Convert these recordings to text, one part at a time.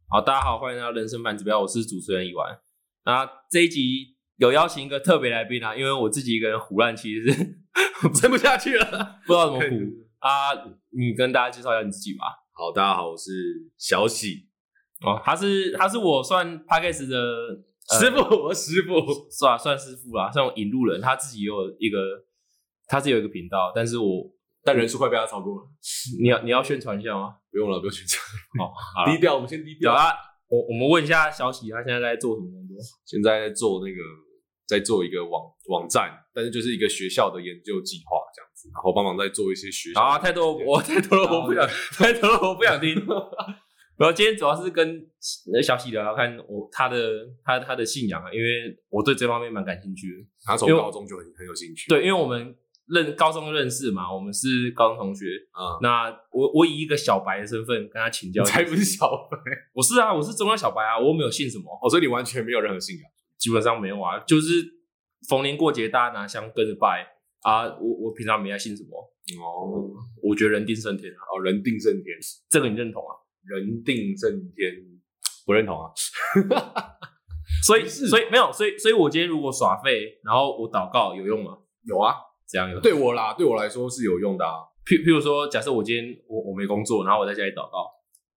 好，大家好，欢迎来到人生反指标，我是主持人以完。那这一集有邀请一个特别来宾啊，因为我自己一个人胡乱，其实是撑不下去了， 不知道怎么胡啊。你跟大家介绍一下你自己吧。 好，大家好，我是小喜。 哦，他是我算 Podcast 的师傅，我师傅算师傅啦，算引路人。他自己有一个频道， 但人数快被他超过了。 你要宣传一下吗？ 不用了，不用宣传。 哦，好啦低调，我们先低调。 我们问一下小喜，他现在在做什么工作？ 现在在做一个网站，但是就是一个学校的研究计划这样子，然后帮忙在做一些学校。 太多了，我不想听。然后今天主要是跟小喜聊聊看他的信仰啊，因为我对这方面蛮感兴趣的。 他从高中就很有兴趣。 对，因为我们高中认识嘛，我们是高中同学。那我以一个小白的身份跟他请教。 才不是小白， 我是啊，我是中央小白啊，我又没有信什么。 所以你完全没有任何信仰？ 基本上没有啊，就是逢年过节大家拿香跟着拜啊。我平常没在信什么。我觉得人定胜天啊。 人定胜天， 这个你认同啊？ 人定胜天不认同啊。 所以我今天如果耍废，然后我祷告有用吗？ 有啊。 这样有对我来说是有用的啊。 譬如说，假设我今天我没工作，然后我在家里祷告。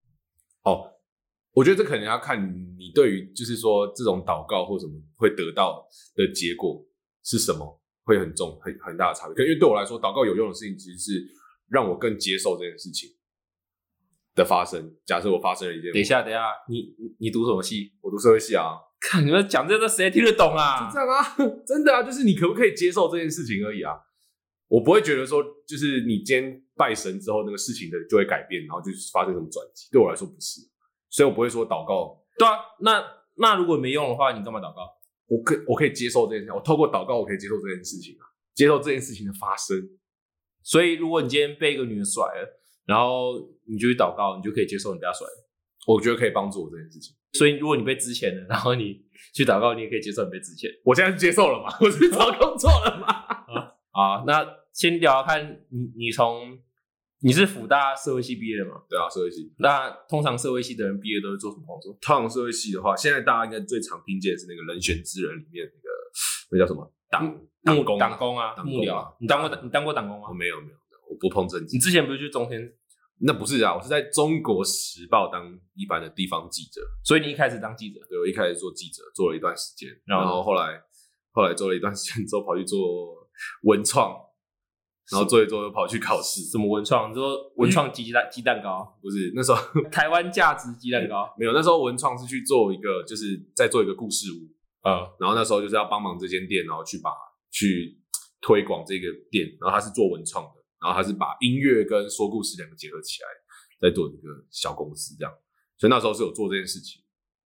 我觉得这可能要看你对于就是说这种祷告或什么会得到的结果是什么，会很大的差别。因为对我来说，祷告有用的事情其实是让我更接受这件事情的发生。假设我发生了一件， 等一下，你读什么系？ 我读社会系啊。 看你们讲这个谁听得懂啊？ 就这样啊，真的啊，就是你可不可以接受这件事情而已啊。我不会觉得说，就是你今天拜神之后，那个事情的就会改变，然后就发生什么转机。对我来说不是，所以我不会说祷告。 对啊，那如果没用的话，你干嘛祷告？ 我可以接受这件事情，我透过祷告，我可以接受这件事情啊，接受这件事情的发生。 所以，如果你今天被一个女人甩了，然后你就去祷告，你就可以接受你被她甩了。 我觉得可以帮助我这件事情。 所以，如果你被资遣了，然后你去祷告，你也可以接受你被资遣。 我现在是接受了嘛？我是找工作了嘛？ 那先聊看你是辅大社会系毕业的吗？ 对啊，社会系。 那通常社会系的人毕业都是做什么工作？ 通常社会系的话，现在大家应该最常听见的是那个人选之人里面那叫什么党工啊， 幕僚啊。你当过党工吗？ 我没有，我不碰政治。 你之前不是去中天？ 那不是啊，我是在中国时报当一般的地方记者。 所以你一开始当记者？ 对，我一开始做记者，做了一段时间，然后后来做了一段时间之后，跑去做文创，然后做一做又跑去考试。 什么文创？你说文创鸡蛋糕？ 不是，那时候台湾价值鸡蛋糕没有。那时候文创是去做一个，就是在做一个故事屋。然后那时候就是要帮忙这间店，然后去推广这个店，然后他是做文创的。然后他是把音乐跟说故事两个结合起来，在做一个小公司这样，所以那时候是有做这件事情。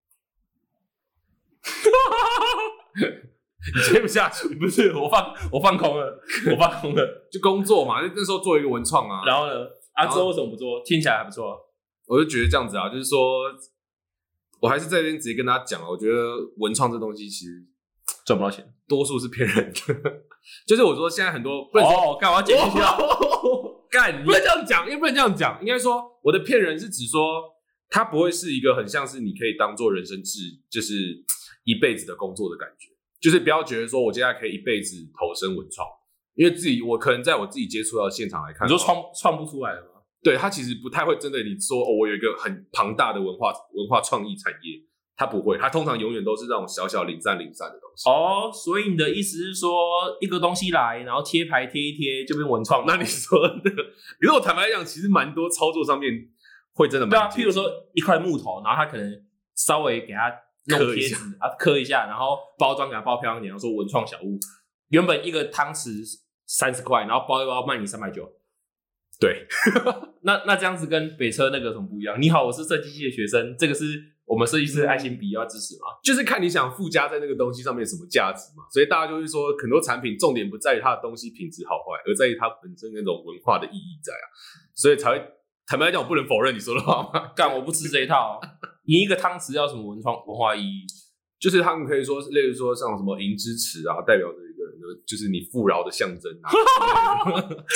你接不下去？ 不是，我放空了， 就工作嘛，那时候做一个文创啊。 然后呢？之后为什么不做？听起来还不错。 我就觉得这样子啊，就是说，我还是在这边直接跟大家讲了，我觉得文创这东西其实赚不到钱， 多数是骗人的。就是我说现在很多干嘛解释一下？ 干，不能这样讲，因为不能这样讲。应该说我的骗人是指说，它不会是一个很像是你可以当做人生就是一辈子的工作的感觉。就是不要觉得说我接下来可以一辈子投身文创，因为我可能在我自己接触到现场来看， 你说创不出来了吗？ 对，它其实不太会针对你说我有一个很庞大的文化创意产业。它不会，它通常永远都是那种小小零散的东西。 所以你的意思是说，一个东西来，然后贴牌贴一贴就变文创？ 那你说的，可是我坦白讲，其实蛮多操作上面会真的对啊。譬如说一块木头，然后他可能稍微给它弄贴纸刻一下，然后包装给它包漂亮一点，然后说文创小物。原本一个汤匙30块，然后包一包卖你390。 对， 那这样子跟北车那个有什么不一样？你好，我是设计系的学生，这个是我们设计师的爱心笔要支持吗？ 就是看你想附加在那个东西上面什么价值嘛。所以大家就会说，很多产品重点不在于它的东西品质好坏，而在于它本身那种文化的意义在啊。所以才会坦白讲，我不能否认你说的话嘛。 干，我不吃这一套。你一个汤匙要什么文化意义？ 就是他们可以说，例如说像什么银之匙啊，代表着一个人的，就是你富饶的象征啊。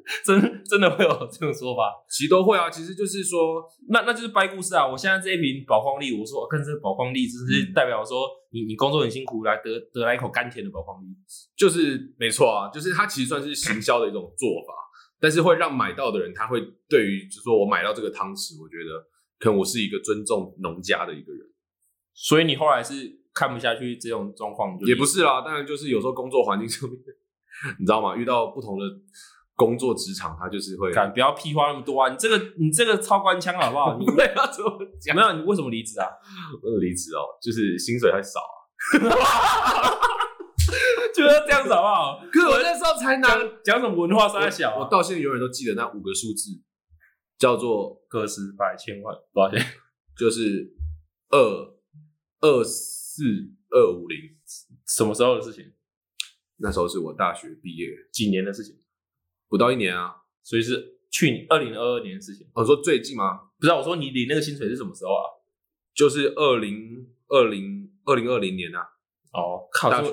真的会有这种说法？ 其实都会啊，其实就是说， 那就是掰故事啊！我现在这一瓶宝矿力，我说看这个宝矿力，真是代表说你工作很辛苦，来得来一口甘甜的宝矿力， 就是没错啊，就是它其实算是行销的一种做法，但是会让买到的人，他会对于就是说我买到这个汤匙，我觉得可能我是一个尊重农家的一个人， 所以你后来是看不下去这种状况， 也不是啦，当然就是有时候工作环境上面，你知道吗？遇到不同的工作职场，他就是会不要屁话那么多啊！你这个超官腔好不好？你对啊，怎么讲？ 没有，你为什么离职啊？ 我离职哦，就是薪水太少啊。 就要这样子好不好？ 可是我那时候才讲什么文化三小、 我到现在永远都记得那5个数字，叫做个十百千万多少钱？ 就是224-250。 什么时候的事情？ 那时候是我大学毕业几年的事情？ 不到1年啊， 所以是去年2022年的事情。 我说最近吗？ 不是、啊，我说你领那个薪水是什么时候啊？ 就是2020年啊。 哦，靠， 大学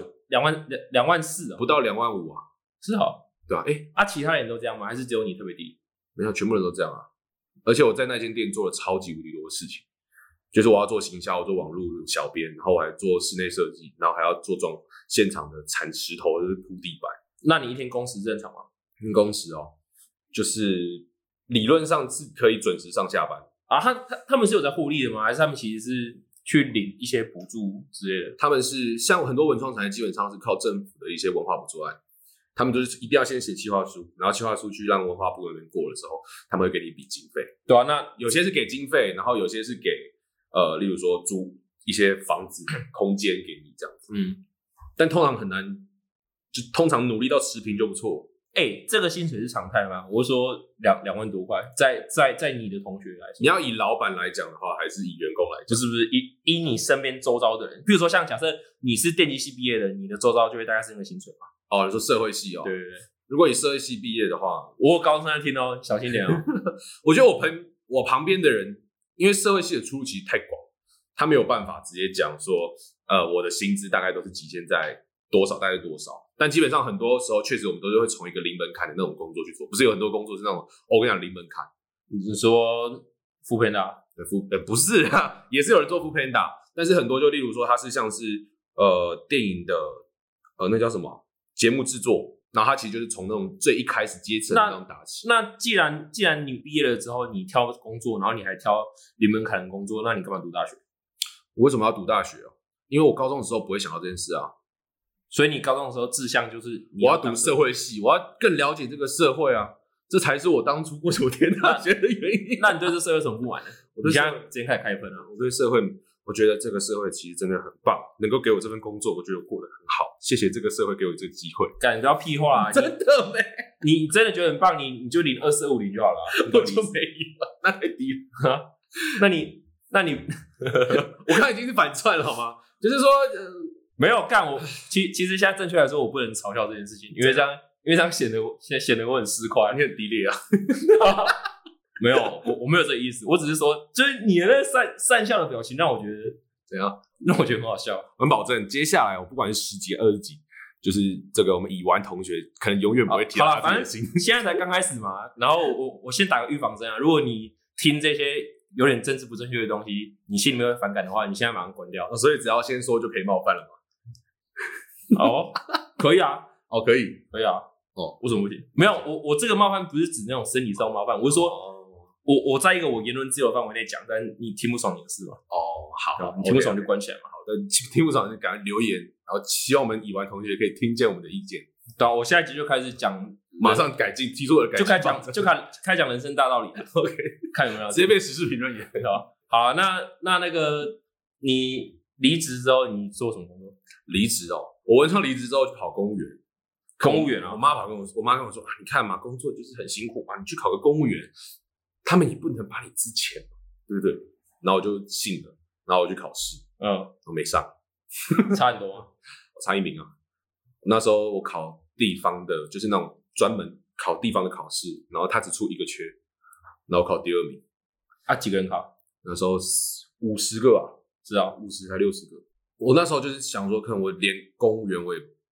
24000啊， 不到25000啊。 是哦， 对啊， 其他人都这样吗？还是只有你特别低？ 没有，全部人都这样啊。而且我在那间店做了超级无敌多的事情，就是我要做行销，我做网络小编，然后我还做室内设计，然后还要做现场的铲石头，就是铺地板。 那你一天工时正常吗？ 工时哦，就是理论上是可以准时上下班啊。他们是有在获利的吗？还是他们其实是去领一些补助之类的？ 他们是像很多文创产业，基本上是靠政府的一些文化补助案，他们就是一定要先写企划书，然后企划书去让文化部那边过了之后，他们会给你一笔经费。 对啊，那有些是给经费，然后有些是给例如说租一些房子空间给你这样子。但通常很难，就通常努力到持平就不错。 这个薪水是常态吗？我是说2万多块，在你的同学来说， 你要以老板来讲的话，还是以员工来讲， 就是不是以你身边周遭的人，比如说像假设你是电机系毕业的，你的周遭就会大概是那个薪水嘛？ 哦，你说社会系哦？ 对对对。 如果你社会系毕业的话， 我有高中生在听哦，小心点哦。 我觉得我旁边的人，因为社会系的出路其实太广，他没有办法直接讲说，我的薪资大概都是极限在多少，大概多少。但基本上很多时候，确实我们都是会从一个零门槛的那种工作去做，不是有很多工作是那种，我跟你讲零门槛。 你是说Foodpanda？ 不是啊，也是有人做 Foodpanda， 但是很多就例如说，它是像是电影的那叫什么节目制作，然后它其实就是从那种最一开始阶层那种打起。 那既然你毕业了之后，你挑工作，然后你还挑零门槛的工作，那你干嘛读大学？ 我为什么要读大学啊？因为我高中的时候不会想到这件事啊。 所以你高中的时候志向就是我要读社会系，我要更了解这个社会啊，这才是我当初为什么填大学的原因。 那你对这社会有什么不满呢？你现在直接开始开喷啊！ 我对社会，我觉得这个社会其实真的很棒，能够给我这份工作，我觉得我过得很好，谢谢这个社会给我这个机会。 干，你不要屁话啊！ 真的没？ 你真的觉得很棒，你就领2450就好了、啊， 我就没有，那太低了。 那你， 我看已经是反串了好吗？就是说， 没有干我，其实现在正确来说，我不能嘲笑这件事情，因为这样显得我很失快， 你很低劣啊。 没有，我没有这个意思，我只是说，就是你的那善笑的表情让我觉得怎样？ 让我觉得很好笑。 我们保证，接下来我不管是10集、20集，就是这个我们乙玩同学可能永远不会提到他自己的心。 反正现在才刚开始嘛，然后我先打个预防针啊，如果你听这些有点政治不正确的东西，你心里面会反感的话，你现在马上关掉。 所以只要先说就可以冒犯了嘛？ 哦，可以啊， 哦，可以啊， 哦， 为什么不行？没有，我这个冒犯不是指那种生理上冒犯，我是说，我在一个我言论自由范围内讲，但你听不爽你的事嘛？ 哦，好， 你听不爽就关起来嘛。 好的，听不爽就赶快留言，然后希望我们乙玩同学可以听见我们的意见。 对，我下一集就开始讲， 马上改进，提出我的改进， 就开讲人生大道理。 OK， 看有没有直接变时事评论员。 好，那个你离职之后你做什么工作？ 离职哦，我文创离职之后就跑公务员。 公务员啊， 我妈跟我说啊，你看嘛，工作就是很辛苦嘛，你去考个公务员，他们也不能把你资遣嘛，对不对？然后我就信了，然后我去考试，我没上， 差很多吗？ 我差1名啊。那时候我考地方的，就是那种专门考地方的考试，然后他只出1个缺，然后我考第2名。 啊，几个人考？ 那时候50个啊， 是啊 ，50还60个。我那时候就是想说，可能我连公务员我也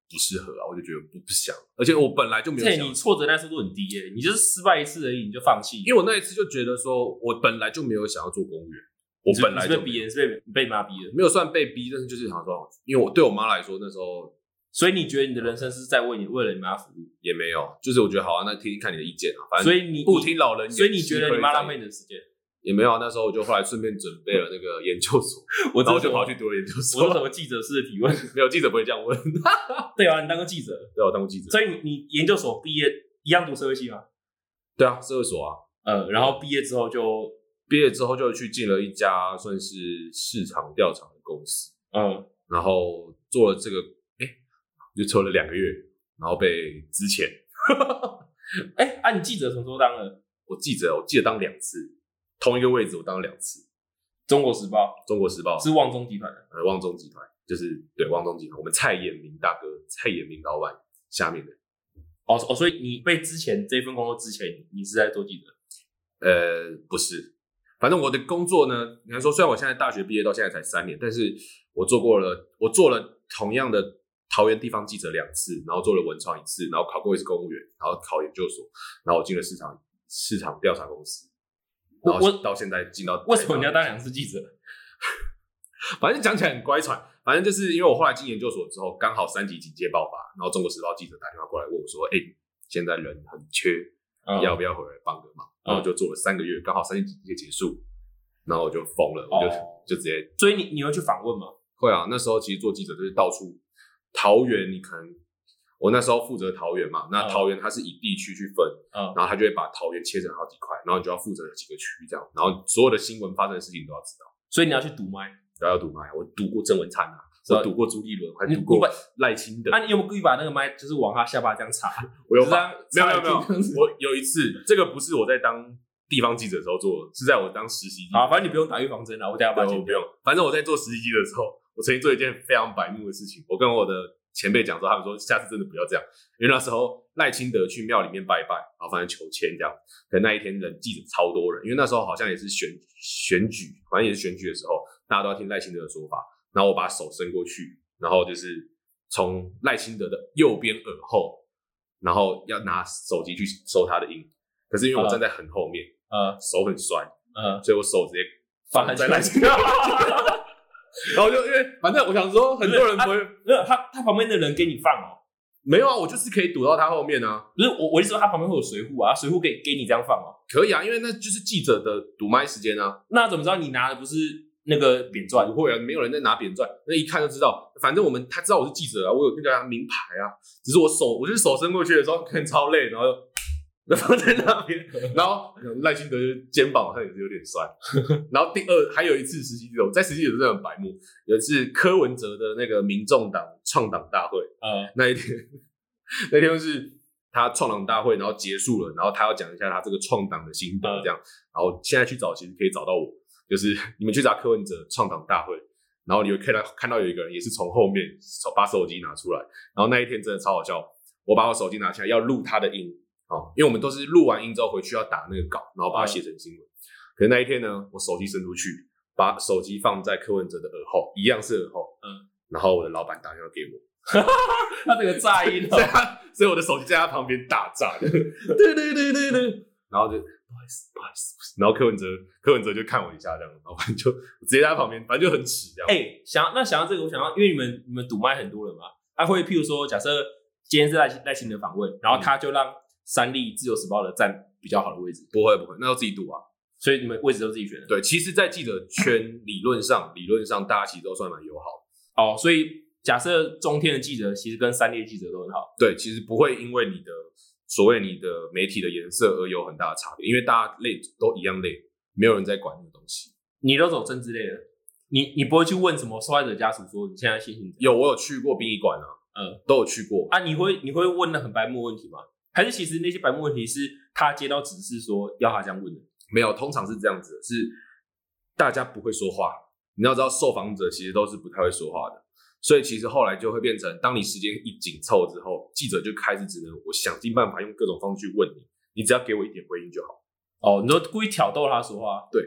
不适合啊，我就觉得不想，而且我本来就没有想。 你挫折耐受度很低耶，你就是失败一次而已你就放弃。 因为我那一次就觉得说，我本来就没有想要做公务员，我本来就你是被逼的，是被妈逼的， 没有算被逼，但是就是想说，因为我对我妈来说那时候。 所以你觉得你的人生是在为了你妈服务？ 也没有，就是我觉得好啊，那听听看你的意见啊。反正所以你不听老人言， 所以你觉得你妈浪费你的时间？ 也没有啊，那时候我就后来顺便准备了那个研究所，然后就跑去读了研究所。 我是什么记者式的提问？ 没有，记者不会这样问。 对啊，你当过记者？ 对，我当过记者。 所以你研究所毕业一样读社会系吗？ 对啊，社会所啊。 然后毕业之后就去进了一家算是市场调查的公司。然后做了这个。就抽了2个月，然后被资遣。 你记者什么时候当了？ 我记得当2次，同一个位置我当了2次。 中国时报是旺中集团的。 旺中集团就是对旺中集团，我们蔡衍明大哥、蔡衍明老板下面的。 所以你被之前这份工作之前，你是在做记者？ 不是，反正我的工作呢，你看说，虽然我现在大学毕业到现在才3年，但是我做了同样的。桃园地方记者2次，然后做了文创1次，然后考过一次公务员，然后考研究所，然后我进了市场调查公司，然后到现在进到。 为什么你要当2次记者？ 反正讲起来很乖舛，反正就是因为我后来进研究所之后，刚好3级警戒爆发，然后中国时报记者打电话过来问我说：“现在人很缺，要不要回来帮个忙？”然后我就做了3个月，刚好3级警戒结束，然后我就疯了，我就直接。 所以你会去访问吗？ 会啊，那时候其实做记者就是到处。桃园，你可能我那时候负责桃园嘛，那桃园它是以地区去分，然后他就会把桃园切成好几块，然后你就要负责几个区这样，然后所有的新闻发生的事情你都要知道。 所以你要去读麦？ 要读麦，我读过郑文灿啊，我读过朱立伦，还读过赖清德。 你有没有故意把那个麦就是往他下巴这样插？ 我有把，没有，我有一次，这个不是我在当地方记者的时候做的，是在我当实习记者。 反正你不用打预防针了，我等下把它剪掉。 不用，反正我在做实习记者的时候。我曾经做一件非常白目的事情，我跟我的前辈讲说，他们说下次真的不要这样，因为那时候赖清德去庙里面拜拜，然后反正求签这样，可能那一天记者超多人，因为那时候好像也是选举，反正也是选举的时候，大家都要听赖清德的说法，然后我把手伸过去，然后就是从赖清德的右边耳后，然后要拿手机去收他的音，可是因为我站在很后面，手很酸，所以我手直接放在赖清德。然后就因为反正我想说，很多人不会， 没有他旁边的人给你放哦， 没有啊，我就是可以堵到他后面啊。 不是我意思说他旁边会有随扈啊，随扈给你这样放哦， 可以啊，因为那就是记者的堵麦时间啊。 那怎么知道你拿的不是那个扁钻？ 不会啊，没有人在拿扁钻，那一看就知道。反正他知道我是记者啊，我有那个名牌啊，只是我就是手伸过去的时候可能超累，然后就放在那边，然后赖清德肩膀好像也是有点酸。然后还有一次实习记者，在实习记者真的很白目，有一次柯文哲的那个民众党创党大会，那一天是他创党大会，然后结束了，然后他要讲一下他这个创党的心得这样，然后现在去找其实可以找到我，就是你们去找柯文哲创党大会，然后你会看到有一个人也是从后面把手机拿出来，然后那一天真的超好笑，我把我手机拿起来要录他的音。因为我们都是录完音之后回去要打那个稿，然后把它写成新闻。可是那一天呢，我手机伸出去，把手机放在柯文哲的耳后，一样是耳后。然后我的老板打电话给我， 他这个炸音所以我的手机在他旁边大炸的，然后就不好意思，然后柯文哲就看我一下这样，然后就直接在他旁边，反正就很耻这样。 想到这个，我想到，因为你们堵麦很多人嘛，会譬如说，假设今天是赖清德访问，然后他就让三立自由时报的站比较好的位置。 不会，那要自己赌啊。 所以你们位置都自己选的。 对，其实，在记者圈理论上，大家其实都算蛮友好的。所以假设中天的记者其实跟三立的记者都很好。 对，其实不会因为你的媒体的颜色而有很大的差别，因为大家累都一样累，没有人在管那个东西。 你都走政治类的，你不会去问什么受害者家属说你现在心情怎样？ 我有去过殡仪馆啊，都有去过啊。你会问那很白目问题吗？还是其实那些白目问题是他接到指示说要他这样问的？ 没有，通常是这样子的，是大家不会说话。你要知道，受访者其实都是不太会说话的，所以其实后来就会变成，当你时间一紧凑之后，记者就开始只能我想尽办法用各种方式去问你，你只要给我一点回应就好。 你说故意挑逗他说话？ 对，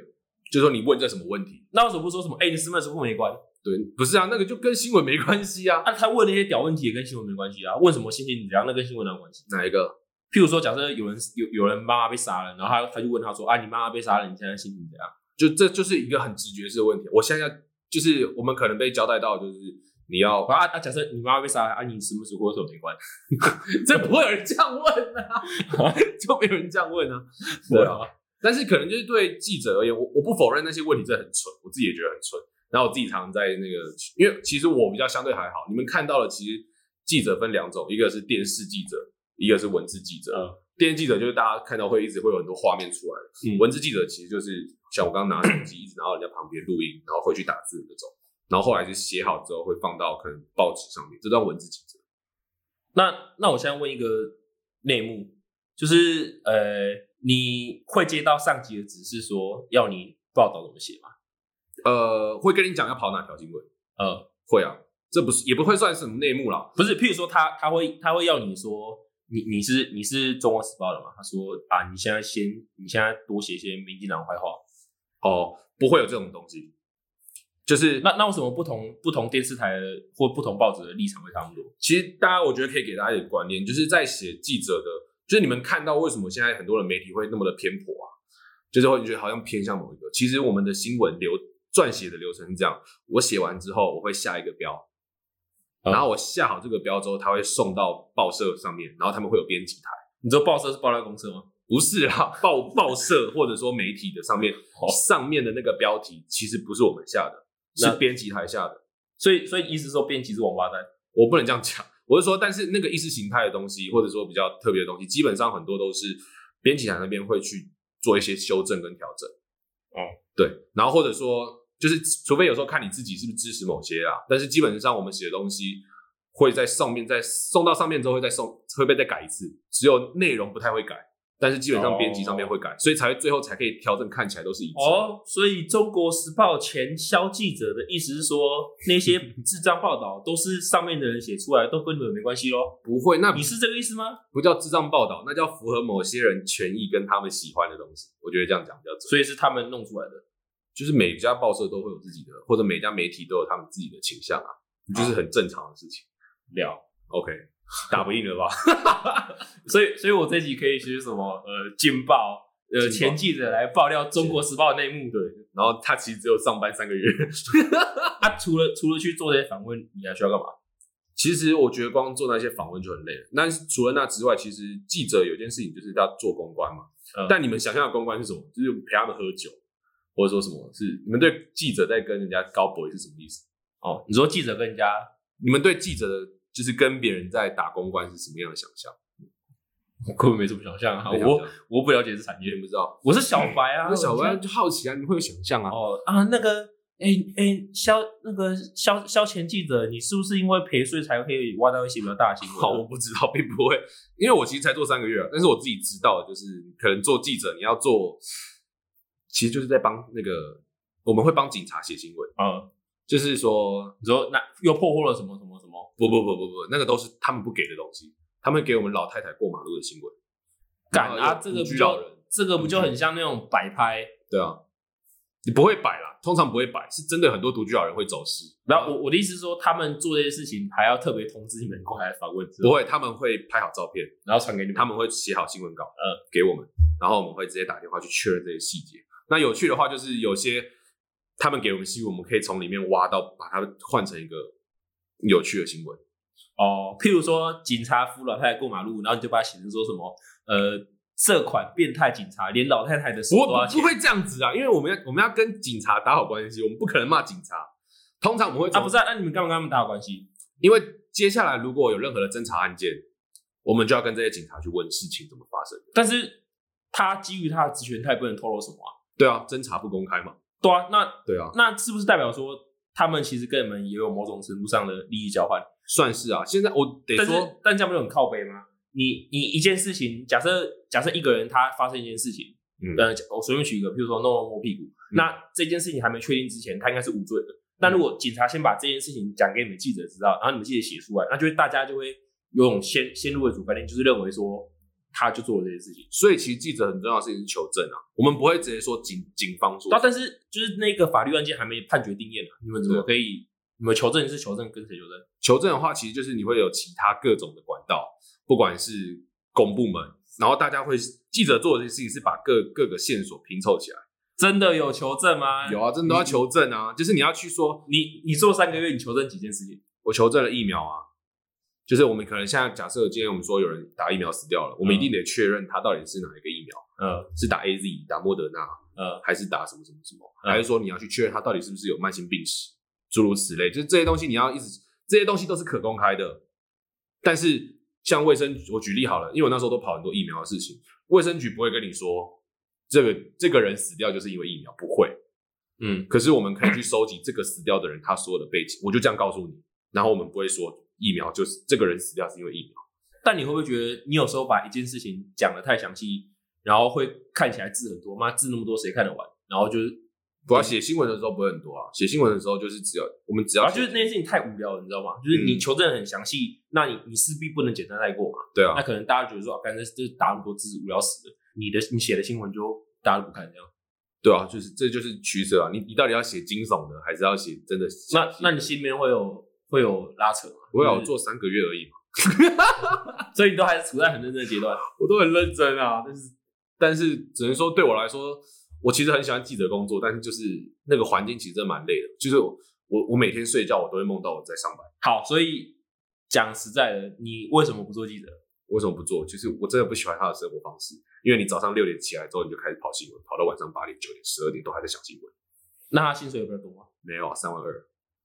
就说你问这什么问题？ 那为什么不说什么？你是不是没关？ 对，不是啊，那个就跟新闻没关系啊。 他问那些屌问题也跟新闻没关系啊。问什么心情怎样，那跟新闻有关系？ 哪一个？ 譬如说，假设有人妈妈被杀了，然后他就问他说：“你妈妈被杀了，你现在心情怎样？” 这就是一个很直觉式的问题。我现在就是我们可能被交代到，就是你要假设你妈妈被杀了，你什么时候或没关？ 这不会有人这样问啊，就没有人这样问啊。对啊，但是可能就是对记者而言，我不否认那些问题真的很蠢，我自己也觉得很蠢。然后我自己常常在那个，因为其实我比较相对还好。你们看到的其实记者分两种，一个是电视记者，一个是文字记者。电视记者就是大家看到会一直会有很多画面出来的，文字记者其实就是像我刚刚拿手机一直拿到人家旁边录音，然后回去打字那种，然后后来是写好之后会放到可能报纸上面，这段文字记者。 那我现在问一个内幕，就是你会接到上级的指示说要你报道怎么写吗？ 会跟你讲要跑哪条新闻。会啊，这不是也不会算是什么内幕啦。 不是，譬如说他会要你说你是中国时报的嘛？他说你现在多写一些民进党坏话。 不会有这种东西。就是那为什么不同电视台或不同报纸的立场会差不多？ 其实大家我觉得可以给大家一点观念，就是在写记者的，就是你们看到为什么现在很多的媒体会那么的偏颇啊，就是会觉得好像偏向某一个。其实我们的新闻撰写的流程是这样：我写完之后，我会下一个标，然后我下好这个标之后，它会送到报社上面，然后他们会有编辑台。 你知道报社是爆料公社吗？ 不是啦，报社或者说媒体的上面，上面的那个标题其实不是我们下的，是编辑台下的。 所以意思是说编辑是王八蛋？ 我不能这样讲，我是说，但是那个意识形态的东西，或者说比较特别的东西，基本上很多都是编辑台那边会去做一些修正跟调整。对，然后或者说就是除非有时候看你自己是不是支持某些啦，但是基本上我们写的东西会在上面再送到上面之后会被再改一次，只有内容不太会改，但是基本上编辑上面会改，所以最后才可以调整看起来都是一致。 所以中国时报前销记者的意思是说，那些智障报道都是上面的人写出来，都跟你们没关系咯？ 不会，那你是这个意思吗？ 不叫智障报道，那叫符合某些人权益跟他们喜欢的东西。我觉得这样讲比较准。 所以是他们弄出来的。 就是每家报社都会有自己的，或者每家媒体都有他们自己的倾向啊，就是很正常的事情。OK， 打不赢了吧？ 所以我这集可以学什么？劲爆前记者来爆料中国时报的内幕。 对，然后他其实只有上班3个月。 除了去做这些访问，你还需要干嘛？ 其实我觉得光做那些访问就很累了。但是除了那之外，其实记者有件事情就是要做公关嘛。但你们想象的公关是什么？就是陪他们喝酒。或者说什么是你们对记者在跟人家高博是什么意思？ 你说记者跟人家， 你们对记者的就是跟别人在打公关是什么样的想象？ 我根本没什么想象啊，我不了解这产业， 不知道。 我是小白啊， 我小白就好奇啊，你们会有想象啊？ 那个消前记者，你是不是因为陪睡才可以挖到一些比较大的新闻？ 我不知道，并不会，因为我其实才做3个月啊，但是我自己知道，就是可能做记者你要做。其实就是在帮我们会帮警察写新闻，就是说， 你说那又破获了什么什么什么？ 不，那个都是他们不给的东西，他们给我们老太太过马路的新闻。 这个不就很像那种摆拍？ 对啊，你不会摆啦，通常不会摆，是真的很多独居老人会走失。 然后我的意思是说，他们做这些事情还要特别通知你们过来访问？ 不会，他们会拍好照片， 然后传给你们， 他们会写好新闻稿，给我们，然后我们会直接打电话去确认这些细节。那有趣的话就是有些他们给我们新闻，我们可以从里面挖到，把它换成一个有趣的新闻。 譬如说警察扶老太太过马路，然后你就把它写成说什么这款变态警察连老太太的手都要钱。 不会这样子啊，因为我们要跟警察打好关系，我们不可能骂警察。通常我们会不是那你们干嘛跟他们打好关系？ 因为接下来如果有任何的侦查案件，我们就要跟这些警察去问事情怎么发生的。 但是他基于他的职权，他也不能透露什么啊。 对啊，侦查不公开嘛。 对啊，那是不是代表说他们其实跟你们也有某种程度上的利益交换？ 算是啊。现在我得说， 但这样不就很靠北吗？你一件事情，假设一个人他发生一件事情，我随便举一个，譬如说弄摸屁股，那这件事情还没确定之前，他应该是无罪的。那如果警察先把这件事情讲给你们记者知道，然后你们记者写出来，那大家就会有种先入为主观念，就是认为说他就做了这些事情。 所以其实记者很重要的事情是求证啊，我们不会直接说警方说。 但是就是那个法律案件还没判决定验你们怎么可以？你们求证是求证跟谁求证？ 求证的话，其实就是你会有其他各种的管道，不管是公部门，然后大家会记者做的这些事情是把各个线索拼凑起来。 真的有求证吗？ 有啊，真的都要求证啊，就是你要去说你做3个月，你求证几件事情？ 我求证了疫苗啊，就是我们可能现在假设今天我们说有人打疫苗死掉了，我们一定得确认他到底是哪一个疫苗，是打 AZ 打莫德纳，还是打什么什么什么，还是说你要去确认他到底是不是有慢性病史，诸如此类，就是这些东西你要一直，这些东西都是可公开的。但是像卫生局，我举例好了，因为我那时候都跑很多疫苗的事情，卫生局不会跟你说这个人死掉就是因为疫苗，不会。可是我们可以去收集这个死掉的人他所有的背景，我就这样告诉你，然后我们不会说疫苗就是这个人死掉是因为疫苗。 但你会不会觉得你有时候把一件事情讲得太详细，然后会看起来字很多，妈字那么多谁看得完？然后就是不要写新闻的时候不会很多啊，写新闻的时候就是我们只要就是那件事情太无聊了，你知道吗？就是你求证很详细，那你势必不能简单带过嘛。 对啊， 那可能大家觉得说，干这打那么多字无聊死了，你写的新闻就大家都不看这样。 对啊，这就是取舍啊，你到底要写惊悚的，还是要写真的？ 那你心里面会有拉扯吗？ 我有做3个月而已嘛， 所以你都还是处在很认真的阶段。 我都很认真啊，但是只能说对我来说，我其实很喜欢记者工作，但是就是那个环境其实真的蛮累的，就是我每天睡觉我都会梦到我在上班。 好，所以讲实在的，你为什么不做记者？ 为什么不做？就是我真的不喜欢他的生活方式，因为你早上6点起来之后你就开始跑新闻，跑到晚上8点、9点、12点都还在想新闻。 那他薪水有比较多吗？ 没有啊，32000。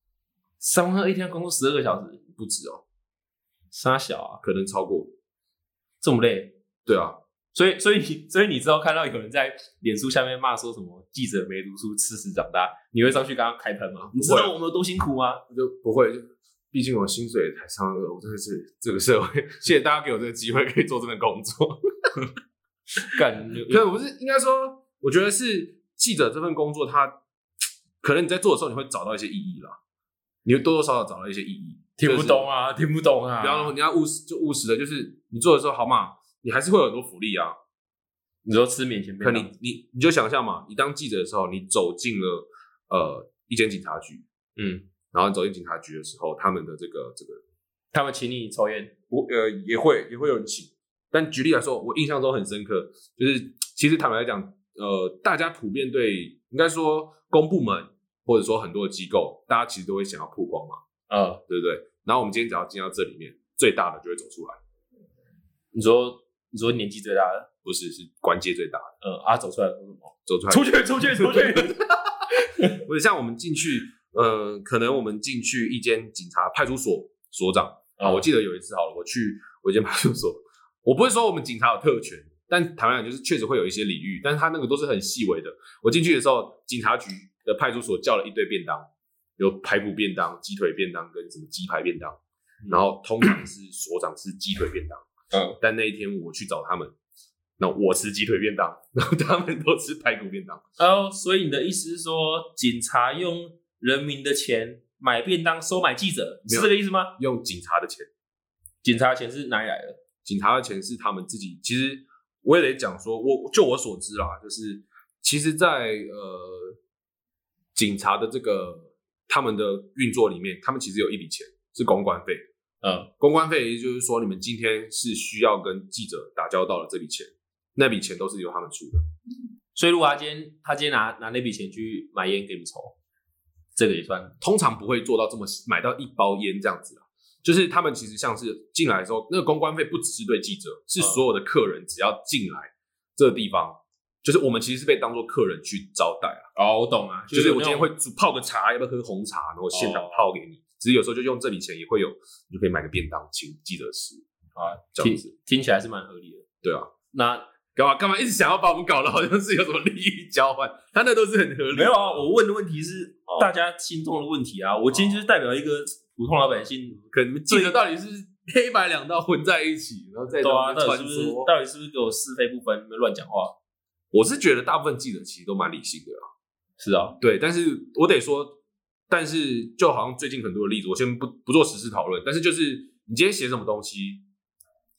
32000一天工作12个小时， 不止哦， 傻小啊， 可能超过。 这么累？ 对啊， 所以你之后看到有人在脸书下面骂说什么记者没读书吃屎长大，你会上去跟他开喷吗？你知道我们有多辛苦吗？ 我就不会，毕竟我薪水才32000，我真的是这个社会，谢谢大家给我这个机会可以做这份工作。 干， 可不是应该说，我觉得是记者这份工作，它可能你在做的时候你会找到一些意义啦，你会多多少少找到一些意义。 听不懂啊，听不懂啊！ 比方说你要务实的，就是你做的时候好嘛，你还是会有很多福利啊。 你说吃免钱便当， 你就想象嘛，你当记者的时候，你走进了一间警察局，然后你走进警察局的时候，他们的这个， 他们请你抽烟， 也会有人请。但举例来说，我印象中很深刻，就是其实坦白来讲，大家普遍对应该说公部门或者说很多的机构，大家其实都会想要曝光嘛，对不对？然后我们今天只要进到这里面，最大的就会走出来。 你说年纪最大的？ 不是，是官阶最大的。 走出来说什么？ 走出来， 出去！ 不是像我们进去，可能我们进去一间警察派出所所长啊，我记得有一次好了，我去一间派出所，我不会说我们警察有特权，但坦白讲就是确实会有一些礼遇，但是他那个都是很细微的。我进去的时候，警察局的派出所叫了一堆便当，有排骨便当、鸡腿便当跟什么鸡排便当，然后通常是所长吃鸡腿便当，但那一天我去找他们。那我吃鸡腿便当，然后他们都吃排骨便当。 所以你的意思是说，警察用人民的钱买便当收买记者，是这个意思吗？ 用警察的钱， 警察的钱是哪里来的？ 警察的钱是他们自己。其实我也得讲说，就我所知啦，就是其实在，警察的这个他们的运作里面，他们其实有一笔钱是公关费。公关费也就是说，你们今天是需要跟记者打交道的这笔钱。那笔钱都是由他们出的， 所以如果他今天拿那笔钱去买烟给你抽，这个也算。 通常不会做到这么买到一包烟这样子啦，就是他们其实像是进来的时候，那个公关费不只是对记者，是所有的客人只要进来这个地方，就是我们其实是被当作客人去招待啊。 我懂啊， 就是我今天会泡个茶，要不要喝红茶，然后现场泡给你。只是有时候就用这笔钱也会有，你就可以买个便当请记者吃啊，这样子听起来是蛮合理的。 对啊， 那。 干嘛一直想要把我们搞得好像是有什么利益交换？他那都是很合理。 没有啊，我问的问题是大家心中的问题啊。我今天就是代表一个普通老百姓， 可能记者到底是黑白两道混在一起，然后再穿梭， 到底是不是给我是非不分，你们乱讲话？ 我是觉得大部分记者其实都蛮理性的啦。 是啊， 对，但是我得说，但是就好像最近很多的例子，我先不做时事讨论，但是就是你今天写什么东西。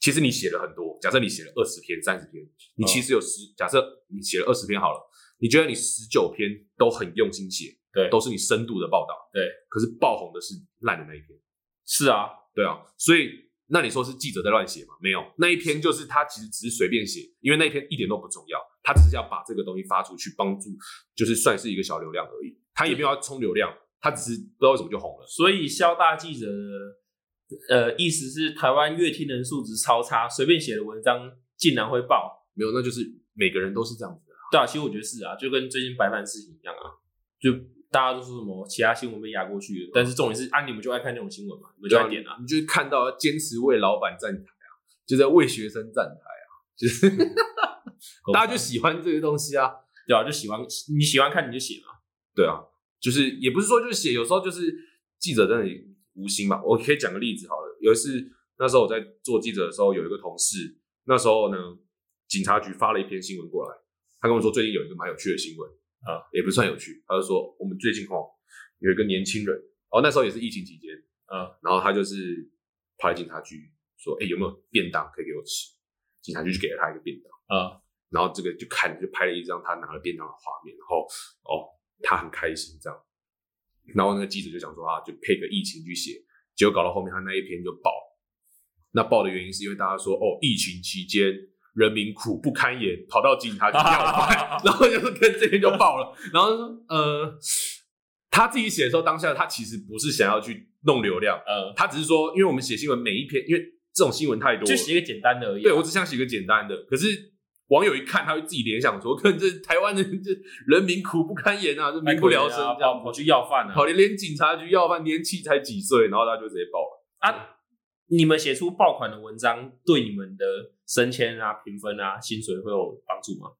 其实你写了很多，假设你写了20篇、30篇，你其实有假设你写了20篇好了，你觉得你19篇都很用心写， 对， 都是你深度的报道， 对， 可是爆红的是烂的那一篇。 是啊， 对啊，所以那你说是记者在乱写吗？没有，那一篇就是他其实只是随便写，因为那一篇一点都不重要，他只是要把这个东西发出去，帮助就是算是一个小流量而已，他也没有要冲流量，他只是不知道为什么就红了。 所以萧大记者的意思是台湾阅听人素质超差，随便写的文章竟然会爆。 没有，那就是每个人都是这样子的啊。 对啊，其实我觉得是啊，就跟最近白饭事情一样啊，就大家都说什么其他新闻被压过去了，但是重点是你们就爱看那种新闻嘛，你们就爱点啊， 你就看到要坚持为老板站台啊，就在为学生站台啊，就是大家就喜欢这些东西啊， 对啊，就喜欢你喜欢看你就写嘛， 对啊，就是也不是说就是写，有时候就是记者真的无心嘛。我可以讲个例子好了，有一次那时候我在做记者的时候，有一个同事，那时候呢警察局发了一篇新闻过来，他跟我说最近有一个蛮有趣的新闻啊，也不算有趣，他就说我们最近有一个年轻人，那时候也是疫情期间，然后他就是跑来警察局说，有没有便当可以给我吃？警察局就给了他一个便当，然后这个就拍了一张他拿了便当的画面，然后他很开心这样，然后那个记者就想说就配个疫情去写，结果搞到后面他那一篇就爆，那爆的原因是因为大家说疫情期间人民苦不堪言，跑到警察局要饭，然后就是跟这边就爆了。然后说他自己写的时候，当下他其实不是想要去弄流量，他只是说，因为我们写新闻每一篇，因为这种新闻太多了， 就写一个简单的而已。 对，我只想写个简单的，可是网友一看，他会自己联想说，可能这台湾人这人民苦不堪言啊，这民不聊生，这样跑去要饭啊， 连警察局要饭，年纪才几岁，然后他就直接爆了啊。你们写出爆款的文章，对你们的升迁啊、评分啊、薪水会有帮助吗？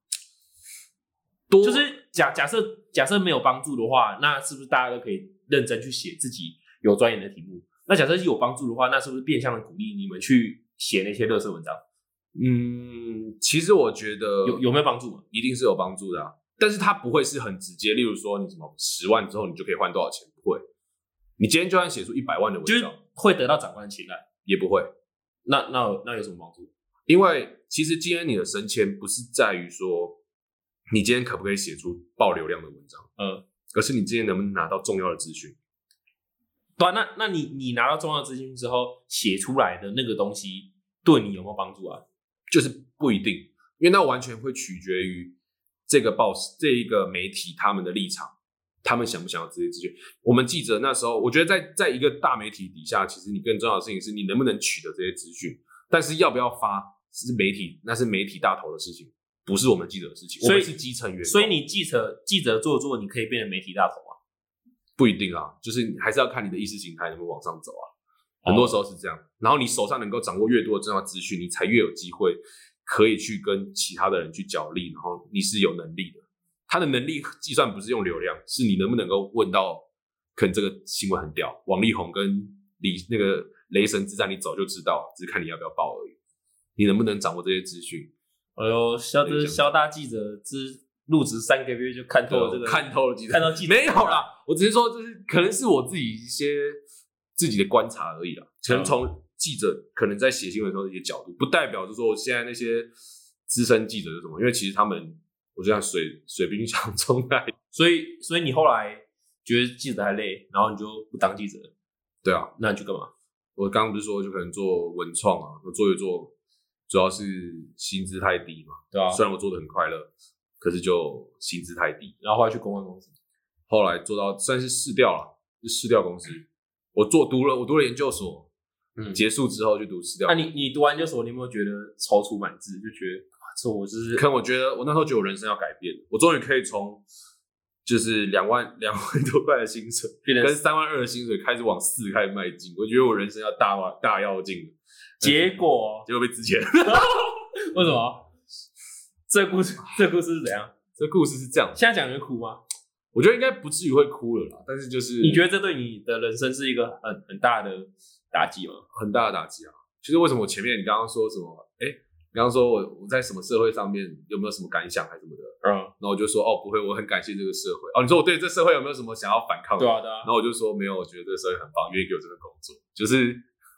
就是假设没有帮助的话，那是不是大家都可以认真去写自己有钻研的题目？那假设是有帮助的话，那是不是变相的鼓励你们去写那些垃圾文章？ 其实我觉得有没有帮助？ 一定是有帮助的啊，但是它不会是很直接。例如说，你什么10万之后你就可以换多少钱？不会。你今天就算写出100万的文章， 就是会得到长官的青睐， 也不会。 那有什么帮助？ 因为其实今天你的升迁不是在于说你今天可不可以写出爆流量的文章，而是你今天能不能拿到重要的资讯。 对啊，那你拿到重要的资讯之后写出来的那个东西对你有没有帮助啊？ 就是不一定，因为那完全会取决于这个媒体他们的立场，他们想不想要这些资讯。我们记者那时候，我觉得在一个大媒体底下，其实你更重要的事情是你能不能取得这些资讯，但是要不要发那是媒体大头的事情，不是我们记者的事情，我们是基层员工。 所以你记者做，你可以变成媒体大头吗？ 不一定啊，就是还是要看你的意识形态能不能往上走啊。很多时候是这样，然后你手上能够掌握越多的重要资讯，你才越有机会可以去跟其他的人去角力，然后你是有能力的。他的能力计算不是用流量，是你能不能够问到，可能这个新闻很屌，王力宏跟那个雷神之战你早就知道，只是看你要不要报而已。你能不能掌握这些资讯？ 萧大记者入职3个月就看透了这个， 看透了记者， 看到记者没有啦，我只是说，就是可能是我自己一些自己的观察而已啦。可能从记者可能在写新闻的时候的一些角度，不代表就是说我现在那些资深记者是什么，因为其实他们我就像水兵想中来， 所以你后来觉得记者太累，然后你就不当记者了。 对啊， 那你去干嘛？ 我刚刚不是说就可能做文创啊，我做一做，主要是薪资太低嘛， 对啊， 虽然我做的很快乐，可是就薪资太低， 然后后来去公关公司， 后来做到算是市调了，就市调公司，我读了研究所，结束之后就读市调。 那你读完研究所，你有没有觉得踌躇满志，就觉得这我就是？ 可能我觉得我那时候觉得我人生要改变，我终于可以从就是2万多块的薪水，跟3万2的薪水开始往4开始迈进。我觉得我人生要大跃进了， 结果被之前为什么？这故事是怎样？ 这故事是这样， 现在讲会哭吗？ 我觉得应该不至于会哭了啦，但是就是你觉得这对你的人生是一个很大的打击吗？ 很大的打击啊！其实为什么我前面你刚刚说什么？你刚刚说我在什么社会上面有没有什么感想还是什么的？然后我就说不会，我很感谢这个社会。你说我对这社会有没有什么想要反抗的？ 对啊。 然后我就说没有，我觉得这个社会很棒，愿意给我这份工作。就是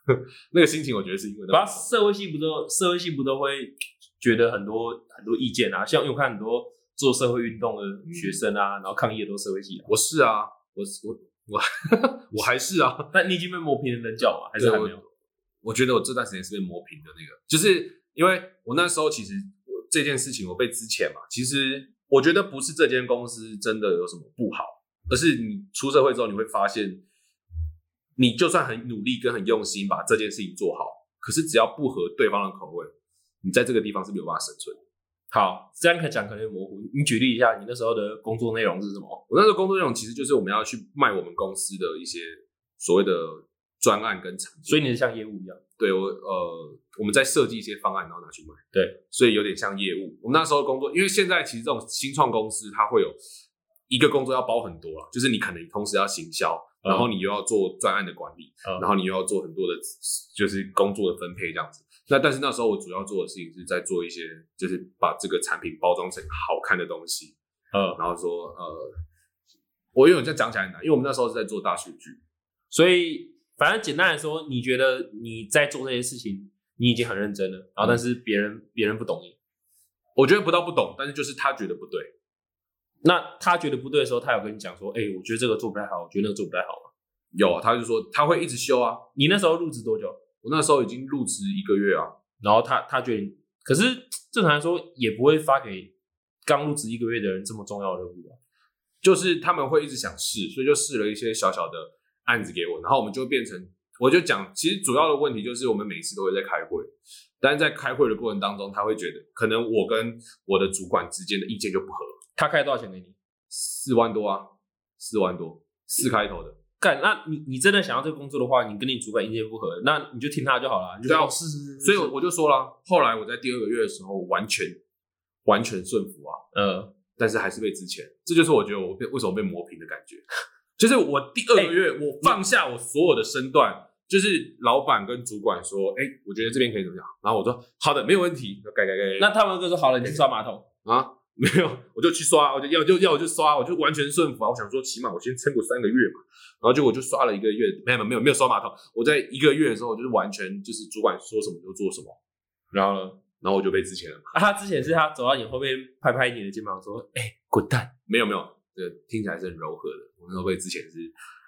那个心情，我觉得是因为然后社会系不都会觉得很多意见啊，像因为我看很多做社会运动的学生啊，然后抗议的都是社会系啊。 我是啊，我还是啊， 但你已经被磨平了棱角吗？还是还没有？ 我觉得我这段时间是被磨平的那个，就是因为我那时候其实这件事情我被之前嘛，其实我觉得不是这间公司真的有什么不好，而是你出社会之后你会发现，你就算很努力跟很用心把这件事情做好，可是只要不合对方的口味，你在这个地方是没有办法生存的。 好，这样讲可能模糊。你举例一下，你那时候的工作内容是什么？ 我那时候工作内容其实就是我们要去卖我们公司的一些所谓的专案跟产品， 所以你是像业务一样。 对，我们在设计一些方案，然后拿去卖。 对， 所以有点像业务。我们那时候工作，因为现在其实这种新创公司，它会有一个工作要包很多啦，就是你可能同时要行销，然后你又要做专案的管理，然后你又要做很多的，就是工作的分配这样子。但是那时候我主要做的事情是在做一些，就是把这个产品包装成好看的东西。然后说我因为这样讲起来很难，因为我们那时候是在做大数据， 所以反正简单来说，你觉得你在做这些事情，你已经很认真了，然后但是别人不懂你， 我觉得不到不懂，但是就是他觉得不对。 那他觉得不对的时候，他有跟你讲说，我觉得这个做不太好，我觉得那个做不太好吗？ 有啊，他就说他会一直修啊。 你那时候入职多久？ 我那时候已经入职1个月啊。 然后他觉得你，可是正常来说也不会发给刚入职1个月的人这么重要的任务啊。 就是他们会一直想试，所以就试了一些小小的案子给我，然后我们就变成，我就讲，其实主要的问题就是我们每次都会在开会，但是在开会的过程当中，他会觉得可能我跟我的主管之间的意见就不合。 他开多少钱给你 ？4万多啊，4万多，4开头的。 干，那你真的想要这个工作的话，你跟你主管意见不合，那你就听他就好了。你就说是。 所以我就说了，后来我在第2个月的时候完全顺服啊，但是还是被之前，这就是我觉得我为什么被磨平的感觉。就是我第2个月，我放下我所有的身段，就是老板跟主管说，我觉得这边可以怎么样，然后我说好的，没有问题，改。 那他们就说好了，你去刷马桶啊？没有，我就去刷，我就要我就刷，我就完全顺服啊。我想说，起码我先撑过3个月嘛。然后我就刷了1个月，没有刷马桶。我在1个月的时候，就是完全就是主管说什么就做什么。 然后呢？ 然后我就被之前了。 他之前是他走到你后面拍拍你的肩膀说：“滚蛋！” 没有，这个听起来是很柔和的。我那时候被之前是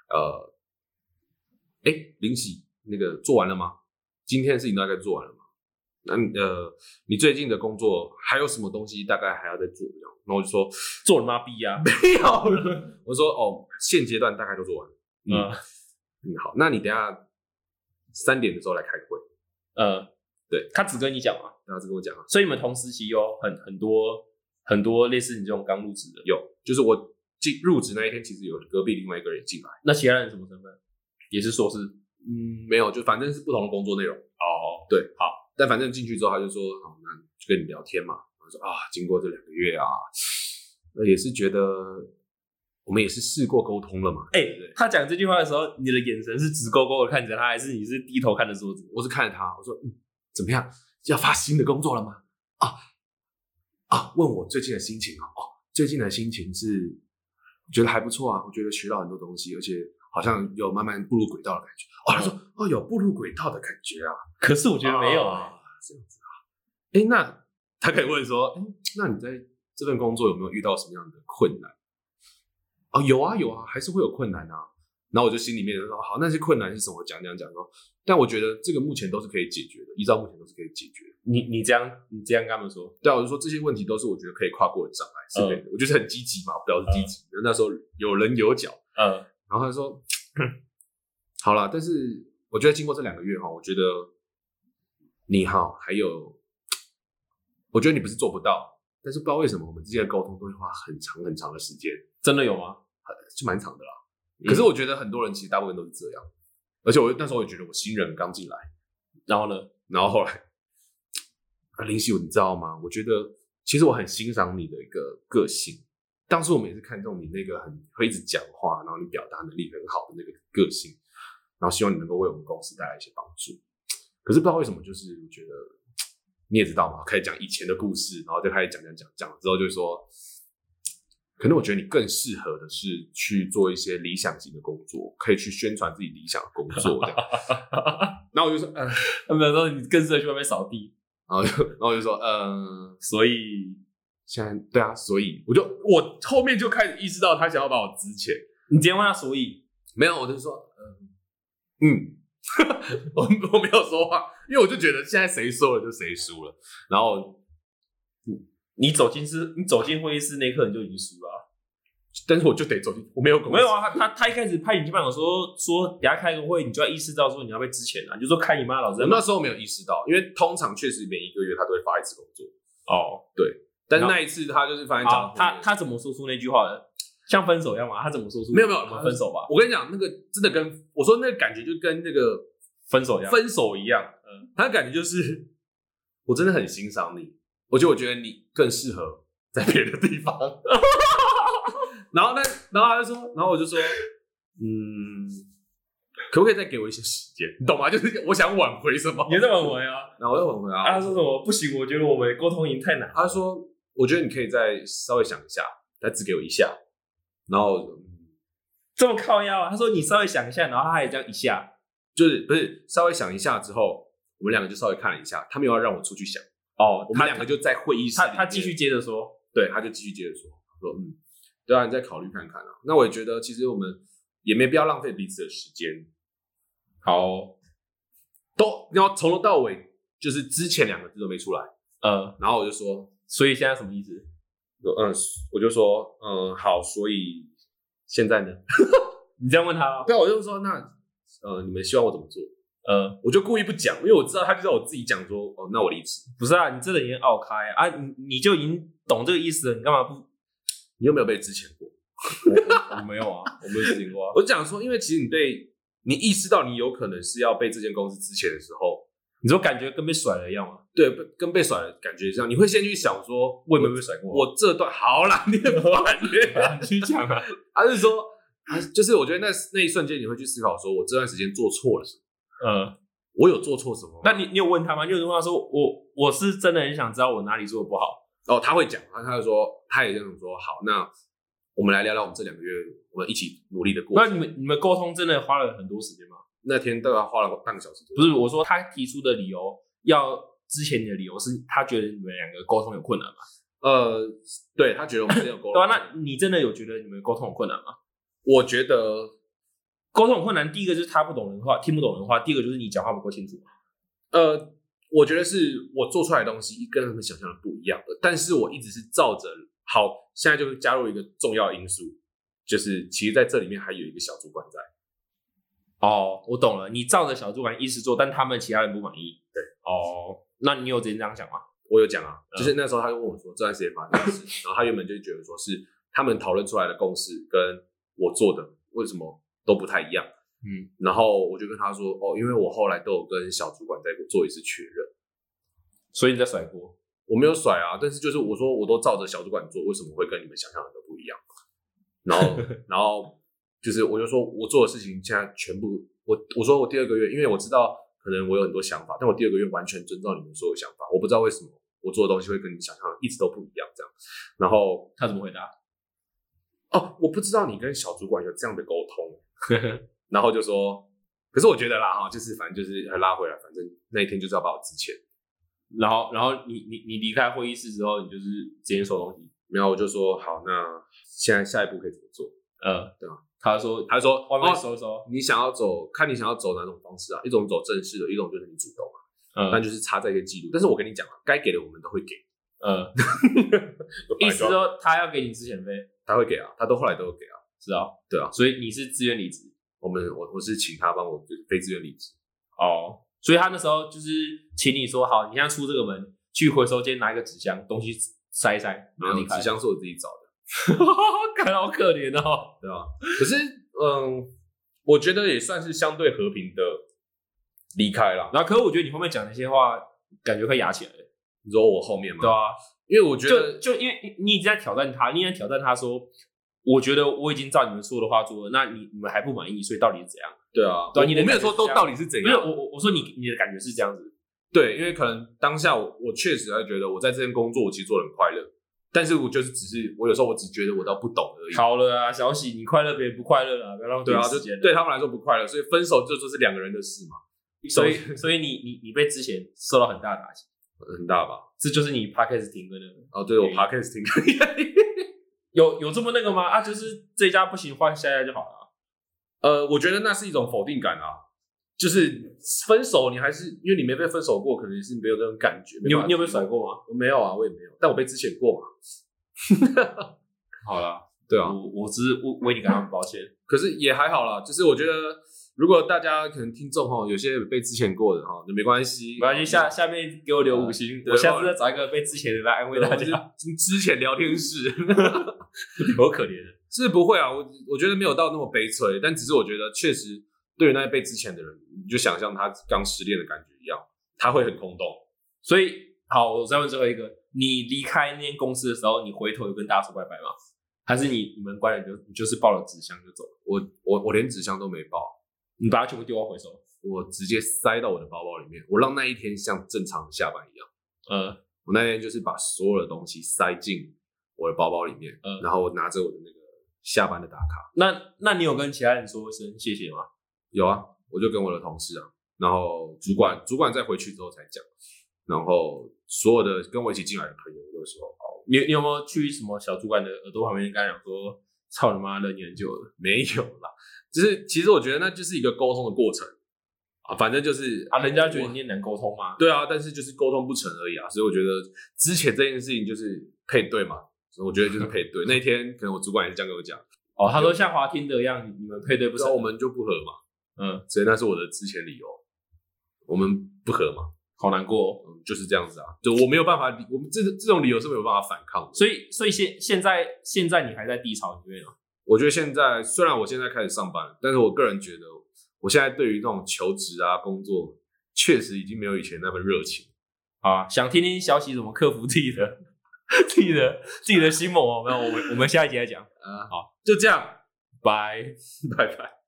林喜那个做完了吗？今天的事情大概做完了吗？那你最近的工作还有什么东西大概还要再做？然后我就说做了妈逼啊， 没有了。我说现阶段大概都做完了。好，那你等一下3点的时候来开会。对， 他只跟你讲嘛， 他只跟我讲啊。 所以你们同时期有很多类似你这种刚入职的， 有，就是我入职那一天，其实有隔壁另外一个人进来。 那其他人什么身份？也是硕士？ 没有，就反正是不同的工作内容。对，好。但反正进去之后，他就说好，那就跟你聊天嘛。我说经过这2个月啊，也是觉得我们也是试过沟通了嘛。 他讲这句话的时候，你的眼神是直勾勾的看着他，还是你是低头看着桌子？ 我是看着他，我说怎么样？要发新的工作了吗？问我最近的心情最近的心情是觉得还不错啊，我觉得学到很多东西，而且好像有慢慢步入轨道的感觉。他说有步入轨道的感觉啊， 可是我觉得没有这样子啊。那他可以问说，那你在这份工作有没有遇到什么样的困难？有啊，还是会有困难啊。然后我就心里面说好，那些困难是什么？讲说，但我觉得这个目前都是可以解决的，依照目前都是可以解决的。你这样跟他们说？对啊，我就说这些问题都是我觉得可以跨过的障碍，是可以的。我就是很积极嘛，我表示积极。那时候有人有脚，然后他说好啦，但是我觉得经过这2个月我觉得你还有，我觉得你不是做不到，但是不知道为什么我们之间的沟通都会花很长很长的时间。 真的有吗？ 就蛮长的啦。可是我觉得很多人其实大部分都是这样，而且我那时候也觉得我新人刚进来， 然后呢？ 然后后来林夕，你知道吗？我觉得其实我很欣赏你的一个个性。当初我们也是看中你那个很会一直讲话，然后你表达能力很好的那个个性，然后希望你能够为我们公司带来一些帮助。可是不知道为什么，就是我觉得你也知道嘛，开始讲以前的故事，然后就开始讲之后就说，可能我觉得你更适合的是去做一些理想型的工作，可以去宣传自己理想的工作这样。 然后我就说他们说你更适合去外面扫地， 然后我就说所以现在对啊，所以我后面就开始意识到他想要把我资遣。 你直接问他所以没有，我就说我没有说话，因为我就觉得现在谁说了就谁输了。然后你走进会议室那一刻你就已经输了但是我就得走进，我没有啊，他一开始派你去办公说等下开个会，你就要意识到说你要被之前啊，你就说开你妈老子。 我那时候没有意识到，因为通常确实每一个月他都会发一次工作。对，但是那一次他就是发现他怎么说出那句话的？像分手一样吗？他怎么说出？ 没有分手吧。 我跟你讲，那个真的跟我说那个感觉就跟那个分手一样。他的感觉就是我真的很欣赏你，我觉得你更适合在别的地方。然后他就说，然后我就说，可不可以再给我一些时间？你懂吗？就是我想挽回什么？ 你在挽回啊？ 然后我就挽回啊。 他说什么？不行，我觉得我们沟通已经太难。 他说，我觉得你可以再稍微想一下，再只给我一下。然后这么靠腰啊？他说你稍微想一下，然后他还这样一下， 就是不是稍微想一下之后，我们两个就稍微看了一下，他没有要让我出去想。我们两个就在会议室里面。 他继续接着说， 对，他就继续接着说对啊，你再考虑看看啊。那我也觉得其实我们也没必要浪费彼此的时间。好，然后从头到尾就是之前2个字都没出来。然后我就说， 所以现在什么意思？ 我就说，好，所以现在呢？ 你这样问他？ 对，我就说那你们希望我怎么做？我就故意不讲，因为我知道他就让我自己讲说，那我离职。 不是啊，你这人已经傲开啊，你就已经懂这个意思了，你干嘛不？ 你有没有被之前过？ 我没有啊，我没有之前过啊。 我讲说，因为其实你意识到你有可能是要被这间公司之前的时候， 你说感觉跟被甩了一样吗？ 对，跟被甩的感觉一样。你会先去想说， 我有没有被甩过？ 我这段好啦，你去讲啊。 他是说，就是我觉得那一瞬间你会去思考说，我这段时间做错了什么？我有做错什么？ 那你有问他吗？你有问他说，我是真的很想知道我哪里做的不好。 他会讲，他就说，他也这样说，好，那我们来聊聊我们这2个月我们一起努力的过程。 那你们沟通真的花了很多时间吗？ 那天大概花了半个小时左右。 不是，我说他提出的理由，要之前你的理由是他觉得你们2个沟通有困难吗？ 对，他觉得我们之间有沟通。 对啊，那你真的有觉得你们沟通有困难吗？ 我觉得沟通有困难，第一个就是他不懂人话，听不懂人话；第二个就是你讲话不够清楚。 我觉得是我做出来的东西跟他们想象的不一样的，但是我一直是照着好，现在就加入一个重要因素，就是其实在这里面还有一个小主管在。 我懂了，你照着小主管意思做，但他们其他人不满意。 对， 那你有直接这样讲吗？ 我有讲啊，就是那时候他就问我说这段时间发生的事，然后他原本就觉得说是他们讨论出来的共识跟我做的为什么都不太一样。然后我就跟他说，因为我后来都有跟小主管再做一次确认， 所以你在甩锅？ 我没有甩啊，但是就是我说我都照着小主管做，为什么会跟你们想象的都不一样？然后就是我就说我做的事情现在全部，我说我第2个月，因为我知道可能我有很多想法，但我第2个月完全遵照你们所有想法，我不知道为什么我做的东西会跟你想象的一直都不一样这样。然后他怎么回答？ 我不知道你跟小主管有这样的沟通。然后就说，可是我觉得啦就是反正就是拉回来，反正那一天就是要把我之前。 然后你离开会议室之后，你就是直接收东西。 然后我就说好，那现在下一步可以怎么做？对吧？ 他说外面收一收， 你想要走，看你想要走哪种方式啊？一种走正式的，一种就是你主动啊。但就是插在一些记录。但是我跟你讲啊，该给的我们都会给。 意思说他要给你之前费， 他会给啊，他后来都有给啊。 是啊， 对啊， 所以你是自愿离职。 我是请他帮我非自愿离职。 所以他那时候就是请你说好，你现在出这个门，去回收间拿一个纸箱，东西塞一塞，然后离开。 纸箱是我自己找的， 感到好可怜哦， 对吧？可是我觉得也算是相对和平的离开了。 然后，可是我觉得你后面讲那些话，感觉快压起来了。 你说我后面吗？ 对啊， 因为我觉得就因为你一直在挑战他，你在挑战他说。我觉得我已经照你们说的话做了，那你们还不满意，所以到底是怎样？ 对啊， 对， 我没有说都到底是怎样。 不是我说你的感觉是这样子。 对，因为可能当下我确实会觉得我在这份工作我其实做得很快乐，但是我就是我有时候我只觉得我都不懂而已。 好了啊，小喜，你快乐别人不快乐啊，不要浪费时间。 对他们来说不快乐，所以分手就是2个人的事嘛。 所以你被之前受到很大的打击， 很大吧？ 这就是你 podcast 停更的哦，对，我 podcast 停更有这么那个吗？啊，就是这家不行，换下一家就好了。 我觉得那是一种否定感啊，就是分手你还是因为你没被分手过，可能是没有那种感觉。 你有被甩过吗？ 我没有啊，我也没有，但我被之前过嘛。 好啦， 对啊， 我只是为你感到很抱歉。 可是也还好啦，就是我觉得，如果大家可能听众有些被之前过的就没关系， 没关系，下面给我留5星，我下次再找一个被之前的来安慰大家。 之前聊天室， 多可怜的， 是不会啊，我觉得没有到那么悲催，但只是我觉得确实对于那些被之前的人，你就想象他刚失恋的感觉一样，他会很空洞。 所以好，我再问最后一个，你离开那间公司的时候，你回头有跟大家说拜拜吗？还是你们关了你就是抱了纸箱就走了？ 我连纸箱都没抱， 你把它全部丢到回收？ 我直接塞到我的包包里面，我让那一天像正常的下班一样。我那天就是把所有的东西塞进我的包包里面，然后拿着我的那个下班的打卡。 那你有跟其他人说一声谢谢吗？ 有啊，我就跟我的同事啊，然后主管在回去之后才讲，然后所有的跟我一起进来的朋友都说。 你有没有去什么小主管的耳朵旁边跟他讲说操你妈认你很久了？ 没有啦，就是其实我觉得那就是一个沟通的过程啊，反正就是人家觉得你也难沟通吗？ 对啊，但是就是沟通不成而已啊，所以我觉得之前这件事情就是配对嘛，所以我觉得就是配对。那一天可能我主管也是这样跟我讲， 他说像滑听的一样，你们配对不成， 我们就不合嘛，所以那是我的之前理由，我们不合嘛。 好难过就是这样子啊，就我没有办法，我们这种理由是没有办法反抗的。 所以现在你还在低潮里面吗？ 我觉得现在虽然我现在开始上班，但是我个人觉得，我现在对于那种求职啊工作，确实已经没有以前那么热情啊。想听听小喜怎么克服自己的心魔没有？我们下一集再讲。 好，就这样， 拜拜。